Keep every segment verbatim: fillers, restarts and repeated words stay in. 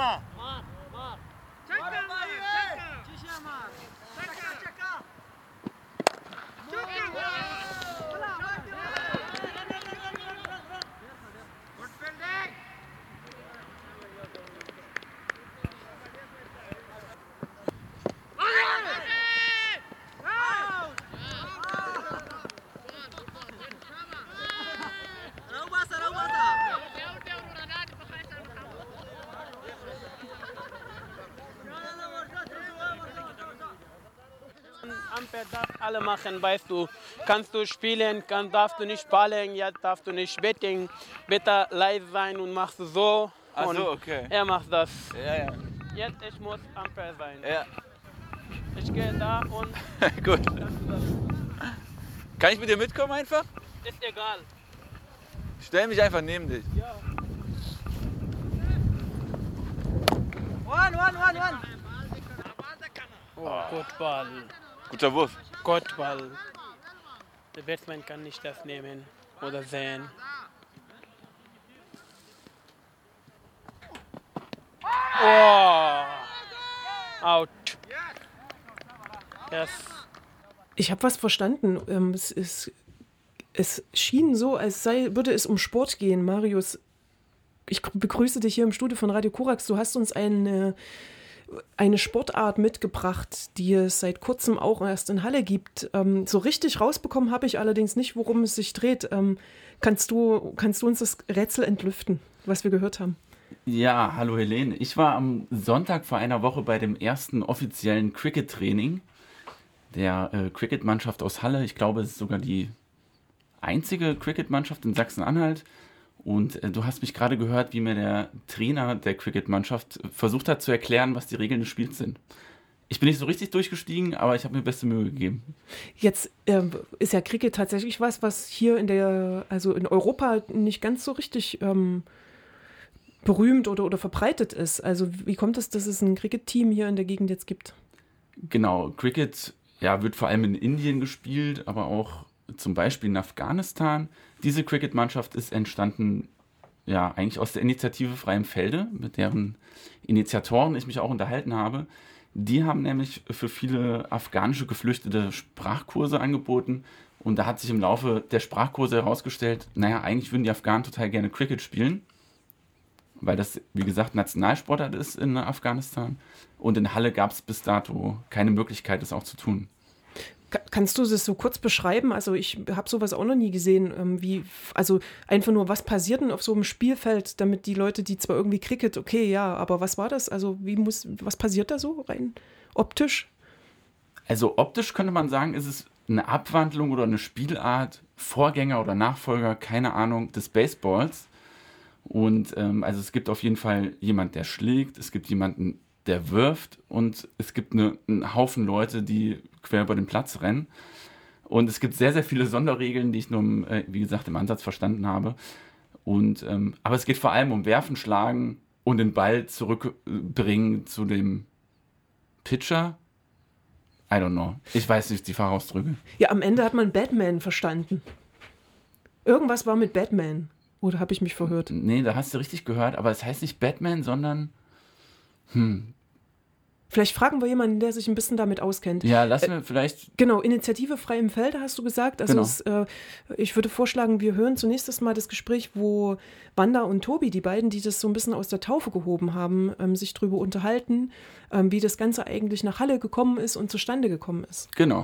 Chama! Ampere darf alle machen, weißt du. Kannst du spielen, kann, darfst du nicht ballen, jetzt darfst du nicht betting. Bitte leise sein und machst du so. Ach so, okay. Er macht das. Ja, ja. Jetzt ich muss Ampere sein. Ja. Ich gehe da und Gut. kannst du das. Kann ich mit dir mitkommen einfach? Ist egal. Ich stell mich einfach neben dich. Ja. One, one, one, one! Oh, gut Ball. Guter Wurf. Gut Ball. Der Batsman kann nicht das nehmen oder sehen. Oh! Out. Yes. Ich habe was verstanden. Ähm, es, ist, es schien so, als sei, würde es um Sport gehen. Marius, ich begrüße dich hier im Studio von Radio Korax. Du hast uns eine, eine Sportart mitgebracht, die es seit kurzem auch erst in Halle gibt. Ähm, so richtig rausbekommen habe ich allerdings nicht, worum es sich dreht. Ähm, kannst du, kannst du uns das Rätsel entlüften, was wir gehört haben? Ja, hallo Helene. Ich war am Sonntag vor einer Woche bei dem ersten offiziellen Cricket-Training der äh, Cricket-Mannschaft aus Halle. Ich glaube, es ist sogar die einzige Cricket-Mannschaft in Sachsen-Anhalt. Und äh, du hast mich gerade gehört, wie mir der Trainer der Cricket-Mannschaft versucht hat zu erklären, was die Regeln des Spiels sind. Ich bin nicht so richtig durchgestiegen, aber ich habe mir beste Mühe gegeben. Jetzt äh, ist ja Cricket tatsächlich was, was hier in der, also in Europa nicht ganz so richtig ähm, berühmt oder, oder verbreitet ist. Also wie kommt es, dass es ein Cricket-Team hier in der Gegend jetzt gibt? Genau, Cricket ja, wird vor allem in Indien gespielt, aber auch zum Beispiel in Afghanistan. Diese Cricket-Mannschaft ist entstanden ja eigentlich aus der Initiative Frei im Felde, mit deren Initiatoren ich mich auch unterhalten habe. Die haben nämlich für viele afghanische Geflüchtete Sprachkurse angeboten und da hat sich im Laufe der Sprachkurse herausgestellt, naja, eigentlich würden die Afghanen total gerne Cricket spielen, weil das, wie gesagt, Nationalsportart ist in Afghanistan. Und in Halle gab es bis dato keine Möglichkeit, das auch zu tun. Kannst du das so kurz beschreiben? Also ich habe sowas auch noch nie gesehen. Wie, also einfach nur, was passiert denn auf so einem Spielfeld, damit die Leute, die zwar irgendwie Cricket, okay, ja, aber was war das? Also wie muss, was passiert da so rein optisch? Also optisch könnte man sagen, ist es eine Abwandlung oder eine Spielart, Vorgänger oder Nachfolger, keine Ahnung, des Baseballs. Und ähm, also es gibt auf jeden Fall jemand, der schlägt, es gibt jemanden, der wirft und es gibt eine, einen Haufen Leute, die quer über den Platz rennen. Und es gibt sehr, sehr viele Sonderregeln, die ich nur, äh, wie gesagt, im Ansatz verstanden habe. Und, ähm, aber es geht vor allem um Werfen, Schlagen und den Ball zurückbringen zu dem Pitcher. I don't know. Ich weiß nicht die Fachausdrücke. Ja, am Ende hat man Batman verstanden. Irgendwas war mit Batman. Oder habe ich mich verhört? Nee, da hast du richtig gehört, aber es heißt nicht Batman, sondern hm. Vielleicht fragen wir jemanden, der sich ein bisschen damit auskennt. Ja, lassen wir äh, vielleicht... Genau, Initiative Frei im Felde hast du gesagt. Also genau. es, äh, ich würde vorschlagen, wir hören zunächst mal das Gespräch, wo Wanda und Tobi, die beiden, die das so ein bisschen aus der Taufe gehoben haben, ähm, sich darüber unterhalten, ähm, wie das Ganze eigentlich nach Halle gekommen ist und zustande gekommen ist. Genau.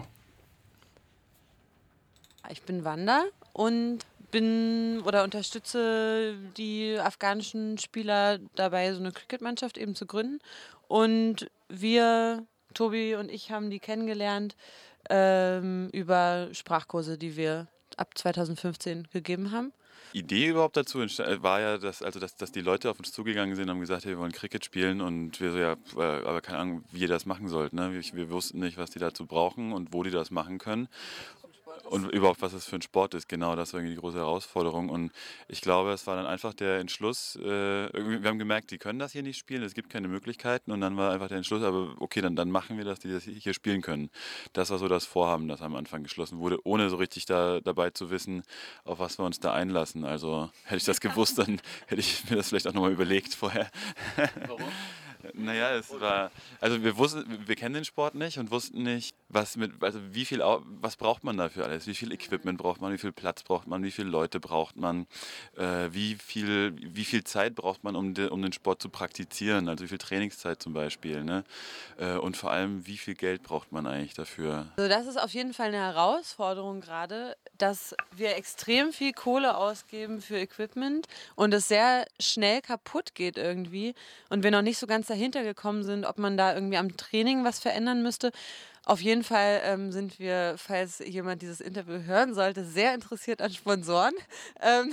Ich bin Wanda und bin oder unterstütze die afghanischen Spieler dabei, so eine Cricket-Mannschaft eben zu gründen. Und wir, Tobi und ich, haben die kennengelernt ähm, über Sprachkurse, die wir ab zwanzig fünfzehn gegeben haben. Die Idee überhaupt dazu war ja, dass, also dass, dass die Leute auf uns zugegangen sind und haben gesagt, hey, wir wollen Cricket spielen und wir so, ja, aber keine Ahnung, wie ihr das machen sollt. Ne? Wir, wir wussten nicht, was die dazu brauchen und wo die das machen können. Und überhaupt, was es für ein Sport ist, genau, das war irgendwie die große Herausforderung. Und ich glaube, es war dann einfach der Entschluss, äh, irgendwie, wir haben gemerkt, die können das hier nicht spielen, es gibt keine Möglichkeiten. Und dann war einfach der Entschluss, aber okay, dann, dann machen wir das, die das hier spielen können. Das war so das Vorhaben, das am Anfang geschlossen wurde, ohne so richtig da, dabei zu wissen, auf was wir uns da einlassen. Also hätte ich das gewusst, dann hätte ich mir das vielleicht auch nochmal überlegt vorher. Warum? Naja, es war, also wir wussten, wir kennen den Sport nicht und wussten nicht, was mit, also wie viel, Au- was braucht man dafür alles, wie viel Equipment braucht man, wie viel Platz braucht man, wie viele Leute braucht man, äh, wie viel, wie viel Zeit braucht man, um, de, um den Sport zu praktizieren, also wie viel Trainingszeit zum Beispiel, ne? Äh, und vor allem, wie viel Geld braucht man eigentlich dafür? Also das ist auf jeden Fall eine Herausforderung gerade, dass wir extrem viel Kohle ausgeben für Equipment und es sehr schnell kaputt geht irgendwie und wir noch nicht so ganz dahinter gekommen sind, ob man da irgendwie am Training was verändern müsste. Auf jeden Fall ähm, sind wir, falls jemand dieses Interview hören sollte, sehr interessiert an Sponsoren, ähm,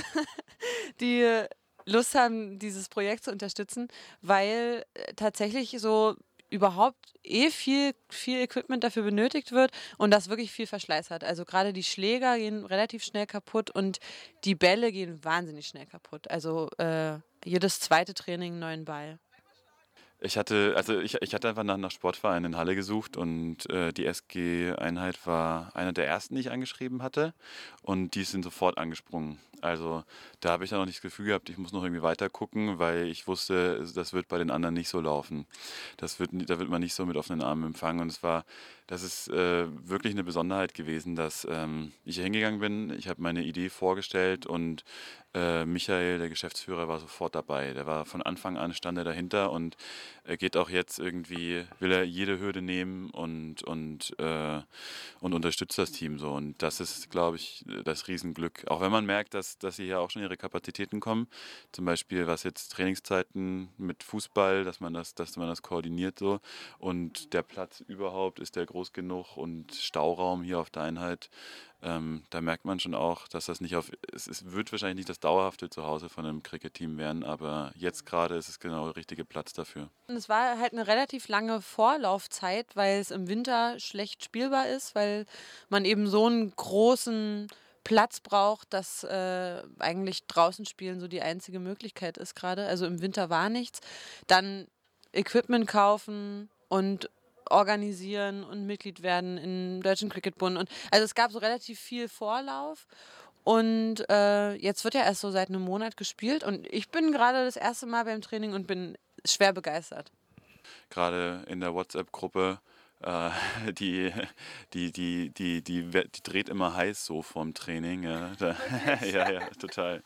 die Lust haben, dieses Projekt zu unterstützen, weil äh, tatsächlich so überhaupt eh viel, viel Equipment dafür benötigt wird und das wirklich viel Verschleiß hat. Also gerade die Schläger gehen relativ schnell kaputt und die Bälle gehen wahnsinnig schnell kaputt. Also äh, jedes zweite Training einen neuen Ball. Ich hatte, also ich, ich hatte einfach nach, nach Sportvereinen in Halle gesucht und äh, die S G-Einheit war einer der ersten, die ich angeschrieben hatte und die sind sofort angesprungen. Also da habe ich dann noch nicht das Gefühl gehabt, ich muss noch irgendwie weiter gucken, weil ich wusste, das wird bei den anderen nicht so laufen. Das wird, da wird man nicht so mit offenen Armen empfangen und es war, das ist äh, wirklich eine Besonderheit gewesen, dass ähm, ich hier hingegangen bin, ich habe meine Idee vorgestellt und äh, Michael, der Geschäftsführer, war sofort dabei. Der war von Anfang an, stand er dahinter und er geht auch jetzt irgendwie, will er jede Hürde nehmen und, und, äh, und unterstützt das Team so. Und das ist, glaube ich, das Riesenglück. Auch wenn man merkt, dass, dass sie hier auch schon ihre Kapazitäten kommen. Zum Beispiel, was jetzt Trainingszeiten mit Fußball, dass man das, dass man das koordiniert so. Und der Platz überhaupt, ist der groß genug und Stauraum hier auf der Einheit. Ähm, da merkt man schon auch, dass das nicht auf, es, es wird wahrscheinlich nicht das dauerhafte Zuhause von einem Cricket-Team werden, aber jetzt gerade ist es genau der richtige Platz dafür. Und es war halt eine relativ lange Vorlaufzeit, weil es im Winter schlecht spielbar ist, weil man eben so einen großen Platz braucht, dass äh, eigentlich draußen spielen so die einzige Möglichkeit ist gerade. Also im Winter war nichts. Dann Equipment kaufen und organisieren und Mitglied werden im Deutschen Cricketbund. Und also es gab so relativ viel Vorlauf. Und äh, jetzt wird ja erst so seit einem Monat gespielt. Und ich bin gerade das erste Mal beim Training und bin schwer begeistert. Gerade in der WhatsApp-Gruppe, äh, die, die, die, die, die, die dreht immer heiß so vorm Training. Ja, da, ja, ja, total.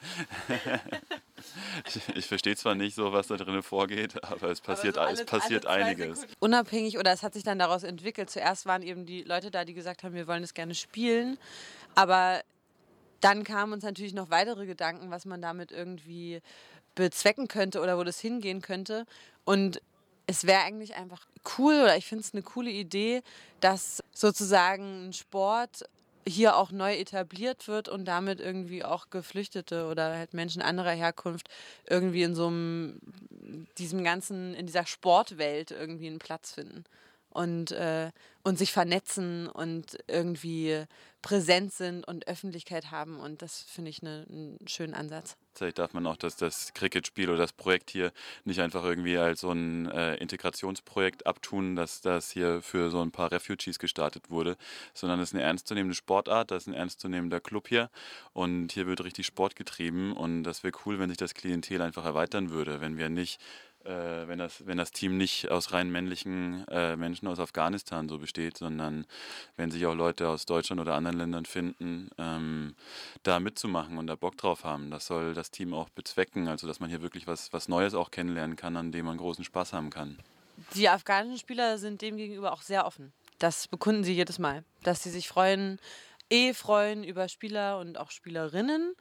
Ich, ich verstehe zwar nicht so, was da drinnen vorgeht, aber es passiert, aber so alle, es passiert alle einiges. Sekunden. Unabhängig, oder es hat sich dann daraus entwickelt. Zuerst waren eben die Leute da, die gesagt haben, wir wollen das gerne spielen. Aber dann kamen uns natürlich noch weitere Gedanken, was man damit irgendwie bezwecken könnte oder wo das hingehen könnte. Und es wäre eigentlich einfach cool, oder ich finde es eine coole Idee, dass sozusagen ein Sport hier auch neu etabliert wird und damit irgendwie auch Geflüchtete oder halt Menschen anderer Herkunft irgendwie in so einem, diesem ganzen, in dieser Sportwelt irgendwie einen Platz finden. Und, äh, und sich vernetzen und irgendwie präsent sind und Öffentlichkeit haben. Und das finde ich ne, einen schönen Ansatz. Vielleicht darf man auch das, das Cricket-Spiel oder das Projekt hier nicht einfach irgendwie als so ein äh, Integrationsprojekt abtun, dass das hier für so ein paar Refugees gestartet wurde, sondern es ist eine ernstzunehmende Sportart, das ist ein ernstzunehmender Club hier und hier wird richtig Sport getrieben und das wäre cool, wenn sich das Klientel einfach erweitern würde, wenn wir nicht Äh, wenn, das, wenn das Team nicht aus rein männlichen äh, Menschen aus Afghanistan so besteht, sondern wenn sich auch Leute aus Deutschland oder anderen Ländern finden, ähm, da mitzumachen und da Bock drauf haben. Das soll das Team auch bezwecken, also dass man hier wirklich was, was Neues auch kennenlernen kann, an dem man großen Spaß haben kann. Die afghanischen Spieler sind dem gegenüber auch sehr offen. Das bekunden sie jedes Mal, dass sie sich freuen, eh freuen über Spieler und auch Spielerinnen.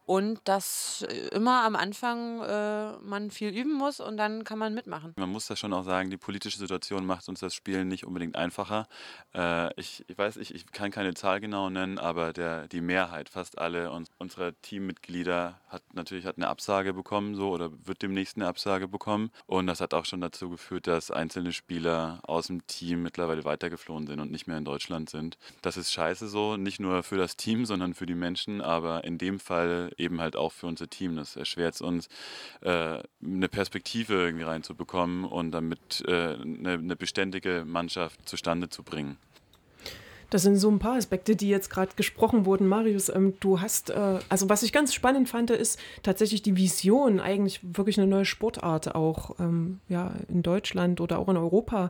Und dass immer am Anfang äh, man viel üben muss und dann kann man mitmachen. Man muss das schon auch sagen, die politische Situation macht uns das Spielen nicht unbedingt einfacher. Äh, ich, ich weiß, ich, ich kann keine Zahl genau nennen, aber der, die Mehrheit, fast alle uns, unserer Teammitglieder hat natürlich hat eine Absage bekommen so oder wird demnächst eine Absage bekommen. Und das hat auch schon dazu geführt, dass einzelne Spieler aus dem Team mittlerweile weitergeflohen sind und nicht mehr in Deutschland sind. Das ist scheiße so, nicht nur für das Team, sondern für die Menschen, aber in dem Fall eben halt auch für unser Team. Das erschwert es uns, äh, eine Perspektive irgendwie reinzubekommen und damit äh, eine, eine beständige Mannschaft zustande zu bringen. Das sind so ein paar Aspekte, die jetzt gerade gesprochen wurden. Marius, ähm, du hast, äh, also was ich ganz spannend fand, ist tatsächlich die Vision, eigentlich wirklich eine neue Sportart auch ähm, ja, in Deutschland oder auch in Europa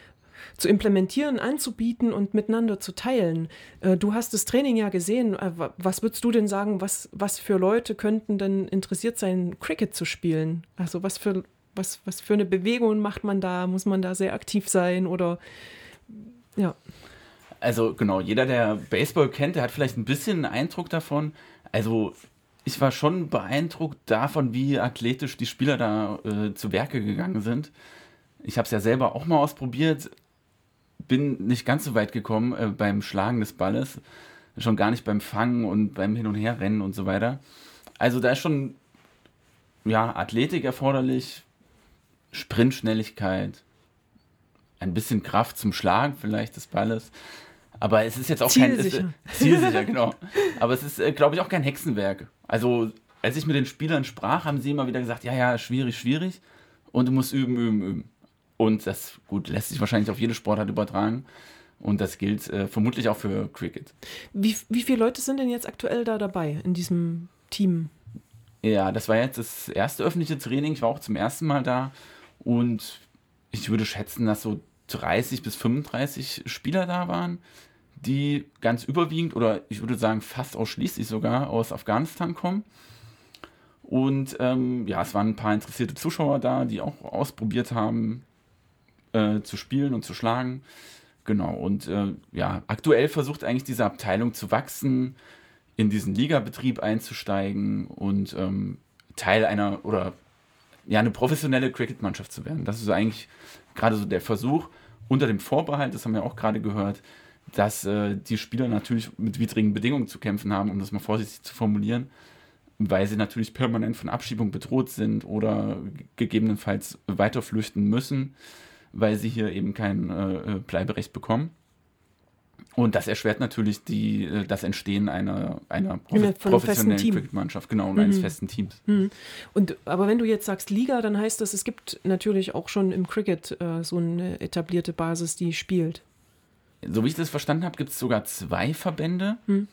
zu implementieren, anzubieten und miteinander zu teilen. Äh, du hast das Training ja gesehen. Äh, was würdest du denn sagen, was, was für Leute könnten denn interessiert sein, Cricket zu spielen? Also was für, was, was für eine Bewegung macht man da? Muss man da sehr aktiv sein oder ja? Also genau, jeder, der Baseball kennt, der hat vielleicht ein bisschen einen Eindruck davon. Also ich war schon beeindruckt davon, wie athletisch die Spieler da äh, zu Werke gegangen sind. Ich habe es ja selber auch mal ausprobiert, bin nicht ganz so weit gekommen äh, beim Schlagen des Balles, schon gar nicht beim Fangen und beim Hin- und Herrennen und so weiter. Also da ist schon ja, Athletik erforderlich, Sprintschnelligkeit, ein bisschen Kraft zum Schlagen vielleicht des Balles. Aber es ist jetzt auch zielsicher. kein... Ist, äh, zielsicher, genau. Aber es ist, äh, glaube ich, auch kein Hexenwerk. Also als ich mit den Spielern sprach, haben sie immer wieder gesagt, ja, ja, schwierig, schwierig. Und du musst üben, üben, üben. Und das, gut, lässt sich wahrscheinlich auf jede Sportart übertragen. Und das gilt äh, vermutlich auch für Cricket. Wie, wie viele Leute sind denn jetzt aktuell da dabei in diesem Team? Ja, das war jetzt das erste öffentliche Training. Ich war auch zum ersten Mal da. Und ich würde schätzen, dass so dreißig bis fünfunddreißig Spieler da waren, die ganz überwiegend oder ich würde sagen fast ausschließlich sogar aus Afghanistan kommen. Und ähm, ja, es waren ein paar interessierte Zuschauer da, die auch ausprobiert haben, äh, zu spielen und zu schlagen. Genau, und äh, ja, aktuell versucht eigentlich diese Abteilung zu wachsen, in diesen Ligabetrieb einzusteigen und ähm, Teil einer oder ja, eine professionelle Cricket-Mannschaft zu werden. Das ist so eigentlich gerade so der Versuch, unter dem Vorbehalt, das haben wir auch gerade gehört, dass äh, die Spieler natürlich mit widrigen Bedingungen zu kämpfen haben, um das mal vorsichtig zu formulieren, weil sie natürlich permanent von Abschiebung bedroht sind oder gegebenenfalls weiter flüchten müssen, weil sie hier eben kein äh, Bleiberecht bekommen. Und das erschwert natürlich die, das Entstehen einer, einer prof- professionellen Cricket-Mannschaft, genau, und mhm. eines festen Teams. Mhm. Und, aber wenn du jetzt sagst Liga, dann heißt das, es gibt natürlich auch schon im Cricket äh, so eine etablierte Basis, die spielt. So wie ich das verstanden habe, gibt es sogar zwei Verbände. Mhm.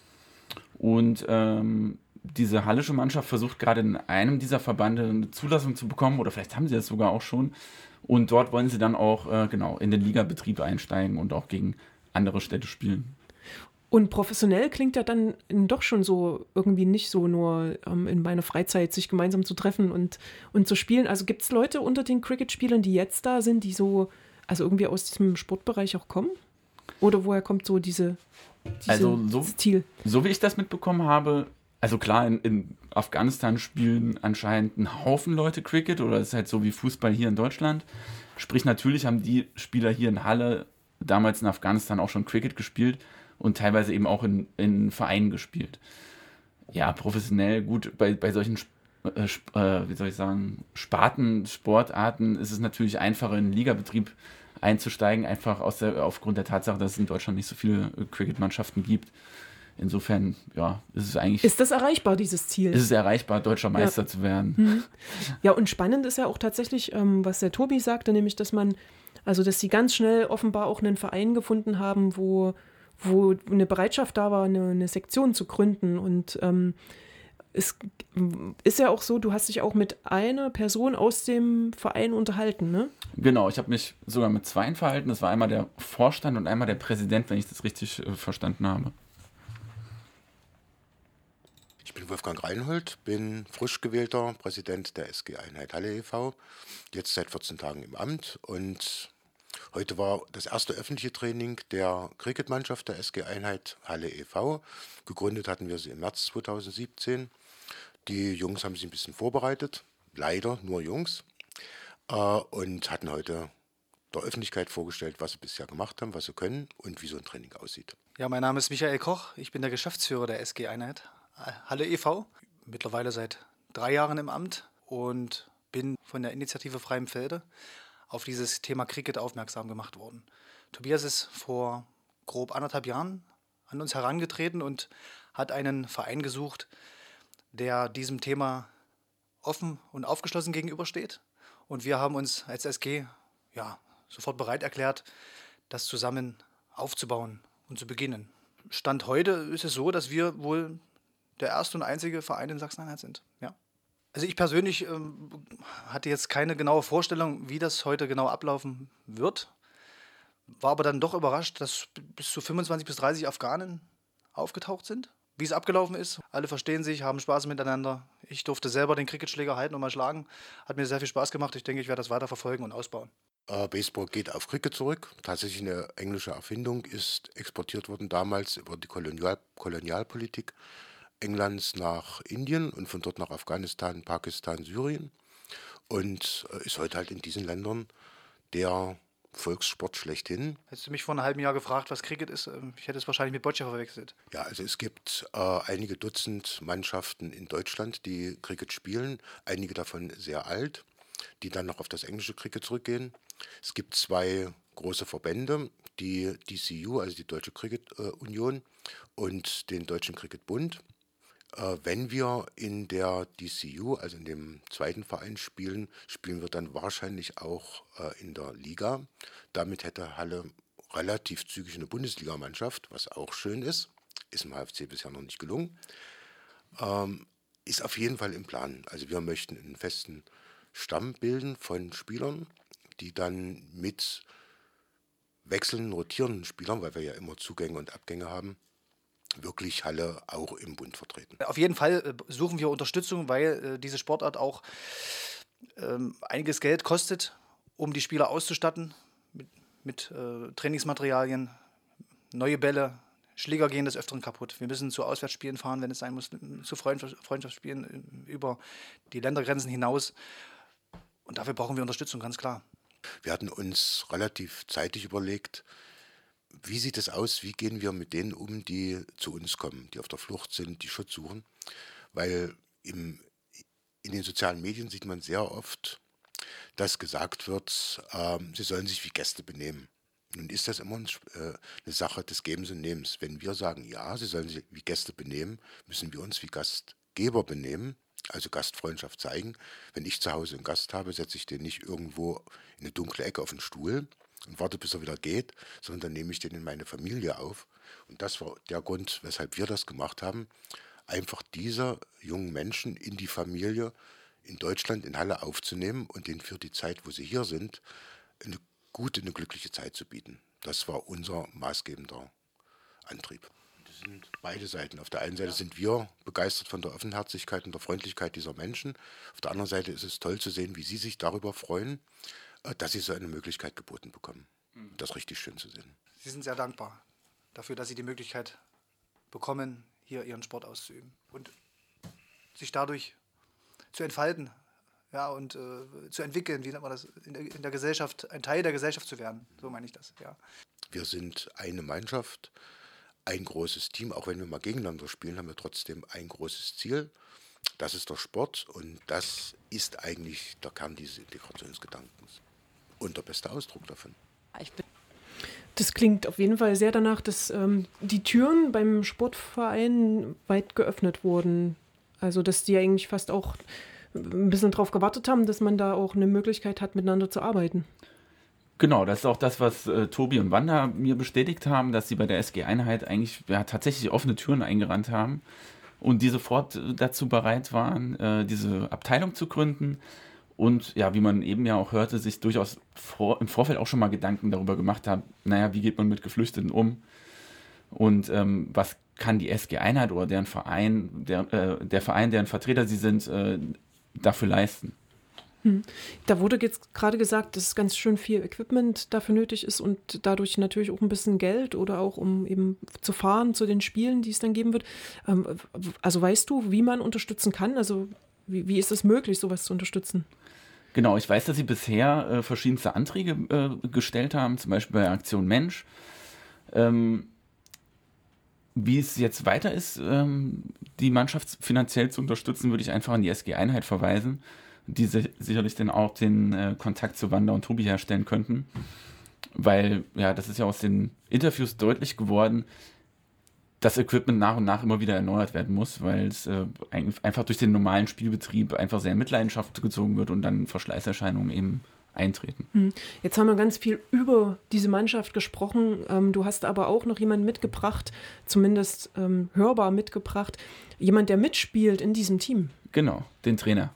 Und ähm, diese hallische Mannschaft versucht gerade in einem dieser Verbände eine Zulassung zu bekommen, oder vielleicht haben sie das sogar auch schon. Und dort wollen sie dann auch äh, genau in den Ligabetrieb einsteigen und auch gegen andere Städte spielen. Und professionell klingt ja dann doch schon so irgendwie nicht so nur ähm, in meiner Freizeit sich gemeinsam zu treffen und, und zu spielen. Also gibt es Leute unter den Cricket-Spielern, die jetzt da sind, die so, also irgendwie aus diesem Sportbereich auch kommen? Oder woher kommt so diese, diese also so, dieses Ziel? So wie ich das mitbekommen habe, also klar, in, in Afghanistan spielen anscheinend ein Haufen Leute Cricket oder es ist halt so wie Fußball hier in Deutschland. Sprich, natürlich haben die Spieler hier in Halle damals in Afghanistan auch schon Cricket gespielt und teilweise eben auch in, in Vereinen gespielt. Ja, professionell, gut, bei, bei solchen, äh, äh, wie soll ich sagen, Sparten, Sportarten ist es natürlich einfacher, in den Ligabetrieb einzusteigen, einfach aus der, aufgrund der Tatsache, dass es in Deutschland nicht so viele Cricket-Mannschaften gibt. Insofern, ja, ist es eigentlich... Ist das erreichbar, dieses Ziel? Ist es erreichbar, deutscher Meister ja. zu werden. Mhm. Ja, und spannend ist ja auch tatsächlich, ähm, was der Tobi sagte, nämlich, dass man, also dass sie ganz schnell offenbar auch einen Verein gefunden haben, wo, wo eine Bereitschaft da war, eine, eine Sektion zu gründen. Und ähm, es ist ja auch so, du hast dich auch mit einer Person aus dem Verein unterhalten, ne? Genau, ich habe mich sogar mit zweien verhalten. Das war einmal der Vorstand und einmal der Präsident, wenn ich das richtig äh, verstanden habe. Ich bin Wolfgang Reinhold, bin frisch gewählter Präsident der S G Einheit Halle e V, jetzt seit vierzehn Tagen im Amt und heute war das erste öffentliche Training der Cricketmannschaft der S G Einheit Halle e V. Gegründet hatten wir sie im März zweitausendsiebzehn. Die Jungs haben sich ein bisschen vorbereitet, leider nur Jungs, äh, und hatten heute der Öffentlichkeit vorgestellt, was sie bisher gemacht haben, was sie können und wie so ein Training aussieht. Ja, mein Name ist Michael Koch, ich bin der Geschäftsführer der S G-Einheit Halle e V, mittlerweile seit drei Jahren im Amt und bin von der Initiative Freiem Felde auf dieses Thema Cricket aufmerksam gemacht worden. Tobias ist vor grob anderthalb Jahren an uns herangetreten und hat einen Verein gesucht, der diesem Thema offen und aufgeschlossen gegenübersteht. Und wir haben uns als S G ja, sofort bereit erklärt, das zusammen aufzubauen und zu beginnen. Stand heute ist es so, dass wir wohl der erste und einzige Verein in Sachsen-Anhalt sind. Ja. Also ich persönlich ähm, hatte jetzt keine genaue Vorstellung, wie das heute genau ablaufen wird. War aber dann doch überrascht, dass bis zu fünfundzwanzig bis dreißig Afghanen aufgetaucht sind. Wie es abgelaufen ist, alle verstehen sich, haben Spaß miteinander. Ich durfte selber den Cricketschläger halten und mal schlagen. Hat mir sehr viel Spaß gemacht. Ich denke, ich werde das weiter verfolgen und ausbauen. Äh, Baseball geht auf Cricket zurück. Tatsächlich eine englische Erfindung, ist exportiert worden damals über die Kolonial Kolonialpolitik Englands nach Indien und von dort nach Afghanistan, Pakistan, Syrien. Und äh, ist heute halt in diesen Ländern der Volkssport schlechthin. Hättest du mich vor einem halben Jahr gefragt, was Cricket ist, ich hätte es wahrscheinlich mit Boccia verwechselt. Ja, also es gibt äh, einige Dutzend Mannschaften in Deutschland, die Cricket spielen, einige davon sehr alt, die dann noch auf das englische Cricket zurückgehen. Es gibt zwei große Verbände, die D C U, also die Deutsche Cricket äh, Union, und den Deutschen Cricket Bund. Äh, wenn wir in der D C U, also in dem zweiten Verein spielen, spielen wir dann wahrscheinlich auch äh, in der Liga. Damit hätte Halle relativ zügig eine Bundesligamannschaft, was auch schön ist. Ist im H F C bisher noch nicht gelungen. Ähm, ist auf jeden Fall im Plan. Also wir möchten einen festen Stamm bilden von Spielern, die dann mit wechselnden, rotierenden Spielern, weil wir ja immer Zugänge und Abgänge haben, wirklich Halle auch im Bund vertreten. Auf jeden Fall suchen wir Unterstützung, weil äh, diese Sportart auch ähm, einiges Geld kostet, um die Spieler auszustatten mit, mit äh, Trainingsmaterialien, neue Bälle. Schläger gehen des Öfteren kaputt. Wir müssen zu Auswärtsspielen fahren, wenn es sein muss, zu Freundschaftsspielen über die Ländergrenzen hinaus. Und dafür brauchen wir Unterstützung, ganz klar. Wir hatten uns relativ zeitig überlegt, wie sieht es aus, wie gehen wir mit denen um, die zu uns kommen, die auf der Flucht sind, die Schutz suchen. Weil im, in den sozialen Medien sieht man sehr oft, dass gesagt wird, ähm, sie sollen sich wie Gäste benehmen. Nun ist das immer ein, äh, eine Sache des Gebens und Nehmens. Wenn wir sagen, ja, sie sollen sich wie Gäste benehmen, müssen wir uns wie Gastgeber benehmen, also Gastfreundschaft zeigen. Wenn ich zu Hause einen Gast habe, setze ich den nicht irgendwo in eine dunkle Ecke auf den Stuhl und warte, bis er wieder geht, sondern dann nehme ich den in meine Familie auf. Und das war der Grund, weshalb wir das gemacht haben, einfach diese jungen Menschen in die Familie in Deutschland, in Halle aufzunehmen und denen für die Zeit, wo sie hier sind, eine gute, eine glückliche Zeit zu bieten. Das war unser maßgebender Antrieb. Das sind beide Seiten. Auf der einen Seite sind wir begeistert von der Offenherzigkeit und der Freundlichkeit dieser Menschen. Auf der anderen Seite ist es toll zu sehen, wie sie sich darüber freuen, dass sie so eine Möglichkeit geboten bekommen. Das ist richtig schön zu sehen. Sie sind sehr dankbar dafür, dass sie die Möglichkeit bekommen, hier ihren Sport auszuüben und sich dadurch zu entfalten, ja, und äh, zu entwickeln, wie nennt man das, in der, in der Gesellschaft, ein Teil der Gesellschaft zu werden. So meine ich das, ja. Wir sind eine Mannschaft, ein großes Team. Auch wenn wir mal gegeneinander spielen, haben wir trotzdem ein großes Ziel. Das ist der Sport und das ist eigentlich der Kern dieses Integrationsgedankens. Und der beste Ausdruck davon. Ich bin Das klingt auf jeden Fall sehr danach, dass ähm, die Türen beim Sportverein weit geöffnet wurden. Also dass die eigentlich fast auch ein bisschen darauf gewartet haben, dass man da auch eine Möglichkeit hat, miteinander zu arbeiten. Genau, das ist auch das, was äh, Tobi und Wanda mir bestätigt haben, dass sie bei der S G-Einheit eigentlich ja, tatsächlich offene Türen eingerannt haben und die sofort äh, dazu bereit waren, äh, diese Abteilung zu gründen und ja, wie man eben ja auch hörte, sich durchaus vor, im Vorfeld auch schon mal Gedanken darüber gemacht haben, naja, wie geht man mit Geflüchteten um und ähm, was kann die S G-Einheit oder deren Verein, der, äh, der Verein, deren Vertreter sie sind, äh, dafür leisten. Hm. Da wurde jetzt gerade gesagt, dass ganz schön viel Equipment dafür nötig ist und dadurch natürlich auch ein bisschen Geld oder auch um eben zu fahren zu den Spielen, die es dann geben wird. Ähm, also weißt du, wie man unterstützen kann? Also wie, wie ist es möglich, sowas zu unterstützen? Genau, ich weiß, dass Sie bisher äh, verschiedenste Anträge äh, gestellt haben, zum Beispiel bei Aktion Mensch. Ähm, wie es jetzt weiter ist, ähm, die Mannschaft finanziell zu unterstützen, würde ich einfach an die S G Einheit verweisen, die si- sicherlich dann auch den äh, Kontakt zu Wanda und Tobi herstellen könnten. Weil, ja, das ist ja aus den Interviews deutlich geworden, dass Equipment nach und nach immer wieder erneuert werden muss, weil es äh, ein, einfach durch den normalen Spielbetrieb einfach sehr in Mitleidenschaft gezogen wird und dann Verschleißerscheinungen eben eintreten. Hm. Jetzt haben wir ganz viel über diese Mannschaft gesprochen. Ähm, du hast aber auch noch jemanden mitgebracht, zumindest ähm, hörbar mitgebracht, jemand, der mitspielt in diesem Team. Genau, den Trainer.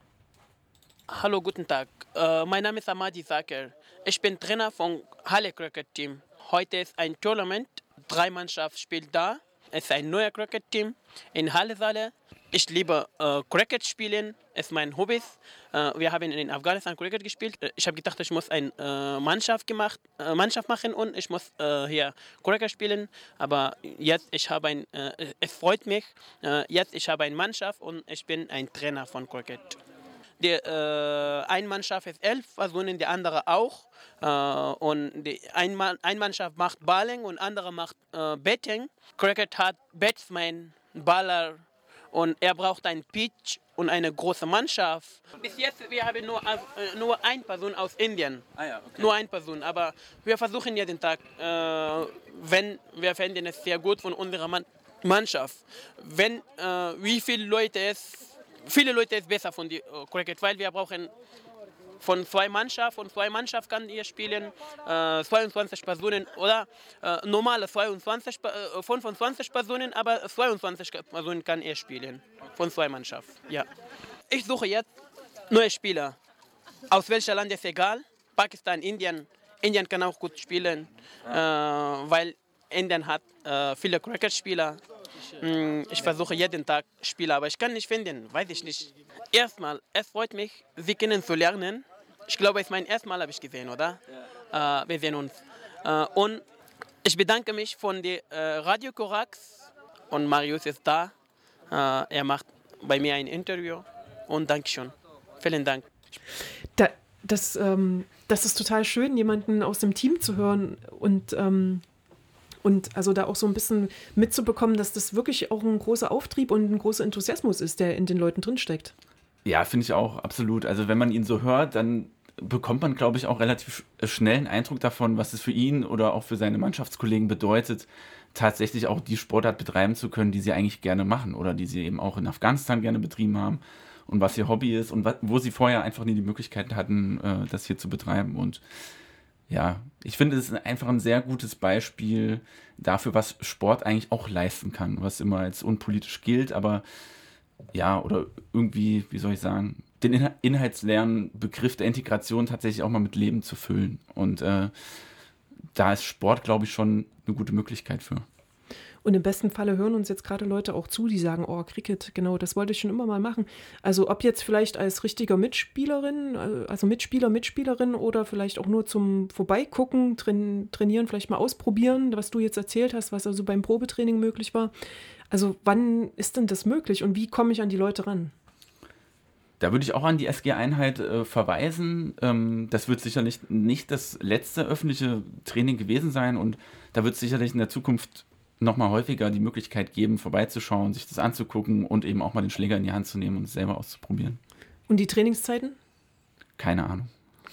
Hallo, guten Tag. Äh, mein Name ist Amadi Zaker. Ich bin Trainer vom Halle Cricket Team. Heute ist ein Tournament. Drei Mannschaften spielen da. Es ist ein neuer Cricket Team in Halle Saale. Ich liebe äh, Cricket spielen. Es ist mein Hobby. Äh, wir haben in Afghanistan Cricket gespielt. Ich habe gedacht, ich muss eine äh, Mannschaft gemacht, äh, Mannschaft machen und ich muss äh, hier Cricket spielen. Aber jetzt ich habe ein, äh, es freut mich. Äh, jetzt ich habe eine Mannschaft und ich bin ein Trainer von Cricket. Die, äh, eine Mannschaft ist elf Personen, die andere auch. Äh, und die ein Mann, eine Mannschaft macht Bowling und andere macht äh, Batting. Cricket hat Batsman, Baller und er braucht einen Pitch und eine große Mannschaft. Bis jetzt wir haben nur, äh, nur eine Person aus Indien. Ah ja, okay. Nur eine Person, aber wir versuchen jeden Tag, äh, wenn wir finden es sehr gut von unserer Mann Mannschaft. Wenn, äh, wie viele Leute es Viele Leute ist besser von die uh, Cricket, weil wir brauchen von zwei Mannschaften, von zwei Mannschaften kann ihr spielen, äh, zweiundzwanzig Personen oder äh, normale zweiundzwanzig, äh, fünfundzwanzig Personen, aber zweiundzwanzig Personen kann er spielen, von zwei Mannschaften, ja. Ich suche jetzt neue Spieler, aus welchem Land ist egal, Pakistan, Indien, Indien kann auch gut spielen, äh, weil Indien hat äh, viele Cricket-Spieler. Ich versuche jeden Tag Spieler, aber ich kann nicht finden, weiß ich nicht. Erstmal, es freut mich, Sie kennenzulernen. Ich glaube, es ist mein erstes Mal, habe ich gesehen, oder? Ja. Äh, wir sehen uns. Äh, und ich bedanke mich von der äh, Radio Korax und Marius ist da. Äh, er macht bei mir ein Interview und Dankeschön. Vielen Dank. Da, das, ähm, das ist total schön, jemanden aus dem Team zu hören und ähm Und also da auch so ein bisschen mitzubekommen, dass das wirklich auch ein großer Auftrieb und ein großer Enthusiasmus ist, der in den Leuten drinsteckt. Ja, finde ich auch, absolut. Also wenn man ihn so hört, dann bekommt man, glaube ich, auch relativ schnell einen Eindruck davon, was es für ihn oder auch für seine Mannschaftskollegen bedeutet, tatsächlich auch die Sportart betreiben zu können, die sie eigentlich gerne machen oder die sie eben auch in Afghanistan gerne betrieben haben und was ihr Hobby ist und wo sie vorher einfach nie die Möglichkeit hatten, das hier zu betreiben. Und ja, ich finde, es ist einfach ein sehr gutes Beispiel dafür, was Sport eigentlich auch leisten kann, was immer als unpolitisch gilt, aber ja, oder irgendwie, wie soll ich sagen, den in- inhaltsleeren Begriff der Integration tatsächlich auch mal mit Leben zu füllen. Und äh, da ist Sport, glaube ich, schon eine gute Möglichkeit für. Und im besten Falle hören uns jetzt gerade Leute auch zu, die sagen, oh, Cricket, genau, das wollte ich schon immer mal machen. Also ob jetzt vielleicht als richtiger Mitspielerin, also Mitspieler, Mitspielerin oder vielleicht auch nur zum Vorbeigucken, train- trainieren, vielleicht mal ausprobieren, was du jetzt erzählt hast, was also beim Probetraining möglich war. Also wann ist denn das möglich und wie komme ich an die Leute ran? Da würde ich auch an die S G-Einheit äh, verweisen. Ähm, das wird sicherlich nicht das letzte öffentliche Training gewesen sein und da wird es sicherlich in der Zukunft noch mal häufiger die Möglichkeit geben, vorbeizuschauen, sich das anzugucken und eben auch mal den Schläger in die Hand zu nehmen und es selber auszuprobieren. Und die Trainingszeiten? Keine Ahnung.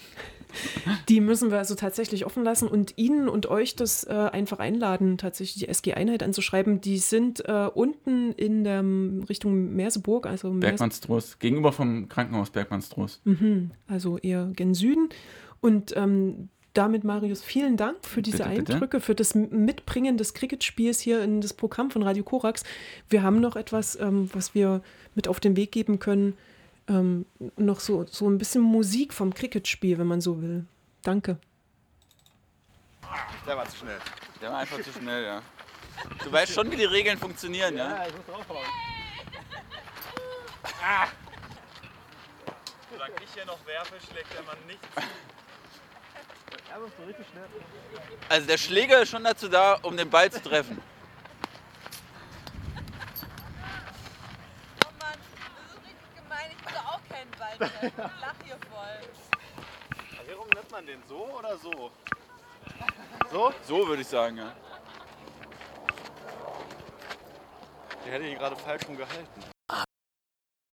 Die müssen wir also tatsächlich offen lassen und Ihnen und euch das äh, einfach einladen, tatsächlich die S G-Einheit anzuschreiben. Die sind äh, unten in der Richtung Merseburg, also Mers- Bergmannstroß, gegenüber vom Krankenhaus Bergmannstroß. Mhm, also eher gen Süden. Und ähm, damit, Marius, vielen Dank für diese Bitte, bitte. Eindrücke, für das Mitbringen des Cricket-Spiels hier in das Programm von Radio Korax. Wir haben noch etwas, ähm, was wir mit auf den Weg geben können. Ähm, noch so, so ein bisschen Musik vom Cricket-Spiel, wenn man so will. Danke. Der war zu schnell. Der war einfach zu schnell, ja. Du weißt schon, wie die Regeln funktionieren, ja? Ja, ich muss draufhauen. Solange ich hier noch werfe, schlägt der Mann nichts. Also der Schläger ist schon dazu da, um den Ball zu treffen. Oh Mann, das ist richtig gemein. Ich würde auch keinen Ball treffen. Ich lach hier voll. Warum nennt man den so oder so? So? So würde ich sagen, ja. Der hätte ihn gerade falsch rum gehalten.